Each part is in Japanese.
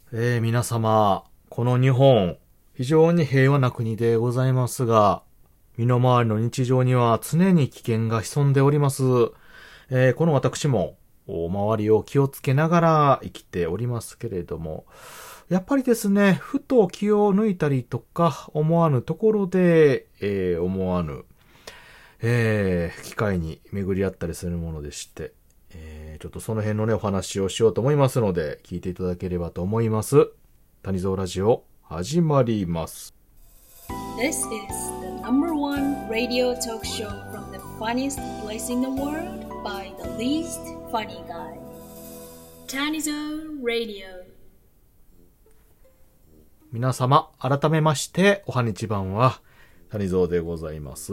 皆様、この日本、非常に平和な国でございますが、身の回りの日常には常に危険が潜んでおります。この私も、周りを気をつけながら生きておりますけれども、やっぱりですね、ふと気を抜いたりとか、思わぬところで、思わぬ、機会に巡り合ったりするものでして、ちょっとその辺のね、お話をしようと思いますので、聞いていただければと思います。谷蔵ラジオ、始まります。 This is the number one radio talk show from the funniest place in the world by the least funny guy. Tanizo Radio. 皆様、改めまして、おはにちばんは、谷蔵でございます。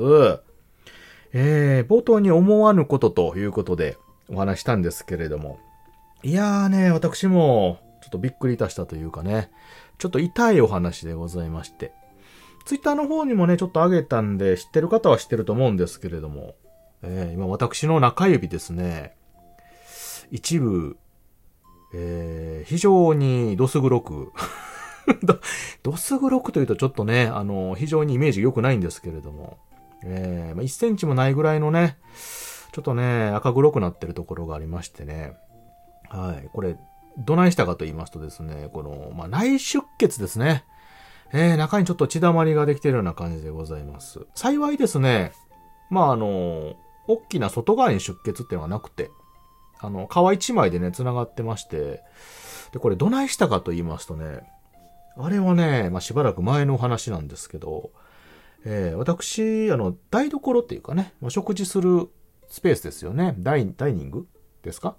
冒頭に思わぬことということで、お話したんですけれども。いやーね、私も、ちょっとびっくりいたしたというかね、ちょっと痛いお話でございまして。ツイッターの方にもね、ちょっと上げたんで、知ってる方は知ってると思うんですけれども、今私の中指ですね、一部、非常にどす黒く、どす黒くというとちょっとね、非常にイメージ良くないんですけれども、1センチもないぐらいのね、ちょっとね、赤黒くなってるところがありましてね。はい。これ、どないしたかと言いますとですね、この、内出血ですね。中にちょっと血だまりができているような感じでございます。幸いですね、大きな外側に出血っていうのがなくて、皮一枚でね、繋がってまして、で、これどないしたかと言いますとね、あれはね、しばらく前のお話なんですけど、私、台所っていうかね、食事するスペースですよね。ダイニングですか？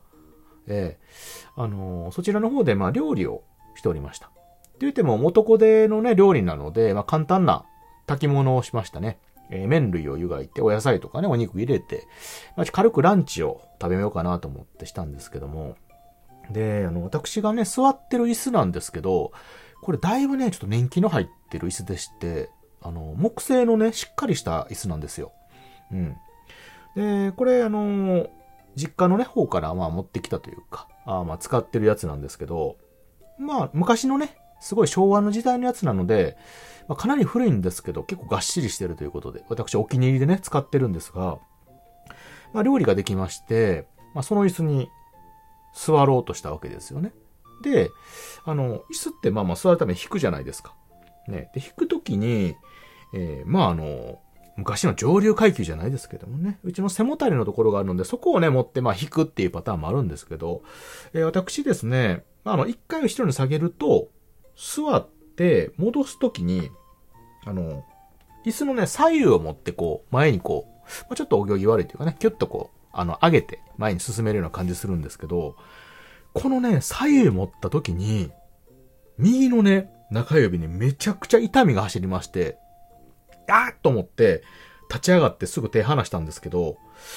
そちらの方で、料理をしておりました。って言っても、元子でのね、料理なので、簡単な炊き物をしましたね。麺類を湯がいて、お野菜とかね、お肉入れて、軽くランチを食べようかなと思ってしたんですけども。で、私がね、座ってる椅子なんですけど、これだいぶね、ちょっと年季の入ってる椅子でして、木製のね、しっかりした椅子なんですよ。うん。で、これ実家のね、方から持ってきたというか、使ってるやつなんですけど、昔のね、すごい昭和の時代のやつなので、かなり古いんですけど、結構がっしりしてるということで、私お気に入りでね、使ってるんですが、料理ができまして、その椅子に座ろうとしたわけですよね。で、椅子って座るために引くじゃないですか。ね。で、引くときに、昔の上流階級じゃないですけどもね、うちの背もたれのところがあるので、そこをね、持って引くっていうパターンもあるんですけど、私ですね、一回後ろに下げると、座って戻すときに、椅子のね、左右を持って前にちょっとお行儀悪いというかね、キュッと上げて前に進めるような感じするんですけど、このね、左右持ったときに、右のね、中指にめちゃくちゃ痛みが走りまして、あーっと思って、立ち上がってすぐ手離したんですけど、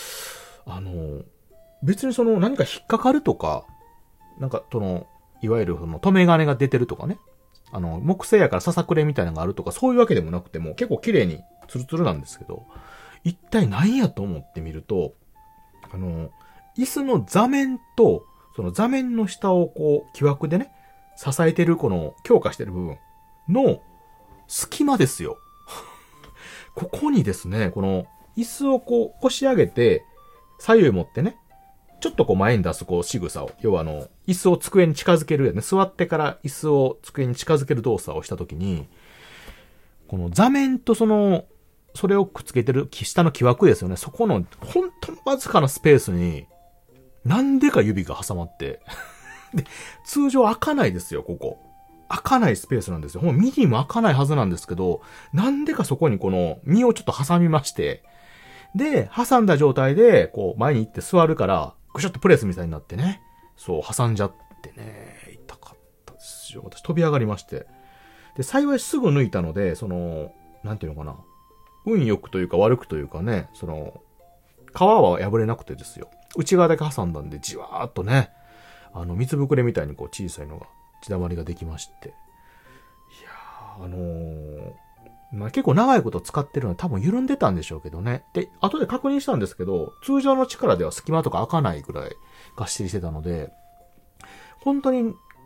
別に何か引っかかるとか、いわゆる留め金が出てるとかね、木製やからささくれみたいなのがあるとか、そういうわけでもなくても、結構綺麗にツルツルなんですけど、一体何やと思ってみると、椅子の座面と、その座面の下を木枠でね、支えてる強化してる部分の隙間ですよ。ここにですね、この椅子を押し上げて、左右持ってね、ちょっと前に出す仕草を、要は椅子を机に近づけるね、座ってから椅子を机に近づける動作をしたときに、この座面とそれをくっつけてる下の木枠ですよね、そこの本当にわずかなスペースに、なんでか指が挟まって、で、通常開かないですよ、ここ。開かないスペースなんですよ。もうミリも開かないはずなんですけど、なんでかそこに身をちょっと挟みまして、で、挟んだ状態で、前に行って座るから、ぐしょっとプレスみたいになってね、そう、挟んじゃってね、痛かったですよ。私飛び上がりまして。で、幸いすぐ抜いたので、なんていうのかな。運良くというか悪くというかね、皮は破れなくてですよ。内側だけ挟んだんで、じわーっとね、水ぶくれみたいに小さいのが、血だまりができまして。いやー、結構長いこと使ってるので多分緩んでたんでしょうけどね。で、後で確認したんですけど、通常の力では隙間とか開かないぐらいがっしりしてたので、本当に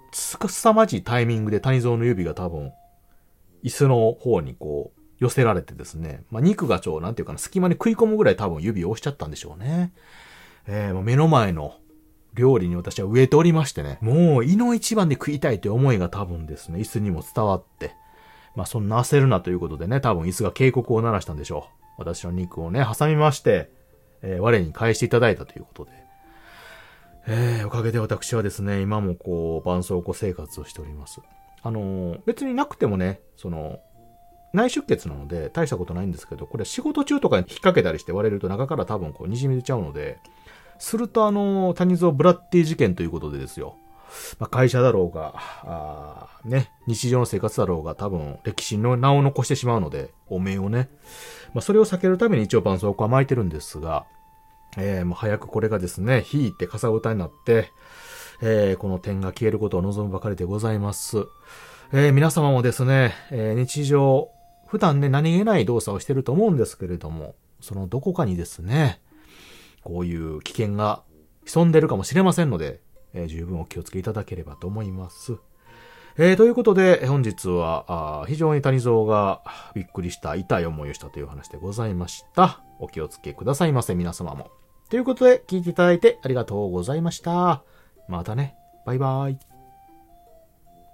凄まじいタイミングで谷蔵の指が多分、椅子の方にこう、寄せられてですね、まあ、肉がなんていうかな、隙間に食い込むぐらい多分指を押しちゃったんでしょうね。もう目の前の料理に私は植えておりましてね、もう胃の一番で食いたいという思いが多分ですね、椅子にも伝わって、まあそんな焦るなということでね、多分椅子が警告を鳴らしたんでしょう。私の肉をね、挟みまして、我に返していただいたということで、おかげで私はですね、今もこう、絆創膏生活をしております。別になくてもね、内出血なので大したことないんですけど、これ仕事中とかに引っ掛けたりして割れると中から多分こう滲み出ちゃうので、すると谷蔵ブラッディ事件ということでですよ。まあ、会社だろうが、ね、日常の生活だろうが多分歴史の名を残してしまうので、お面をね。まあ、それを避けるために一応絆創膏は巻いてるんですが、もう早くこれがですね、引いてかさぶたになって、この点が消えることを望むばかりでございます。皆様もですね、日常、普段ね、何気ない動作をしてると思うんですけれども、そのどこかにですね、こういう危険が潜んでるかもしれませんので、十分お気をつけいただければと思います。ということで、本日は非常に谷蔵がびっくりした痛い思いをしたという話でございました。お気をつけくださいませ、皆様も。ということで、聞いていただいてありがとうございました。またね。バイバイ。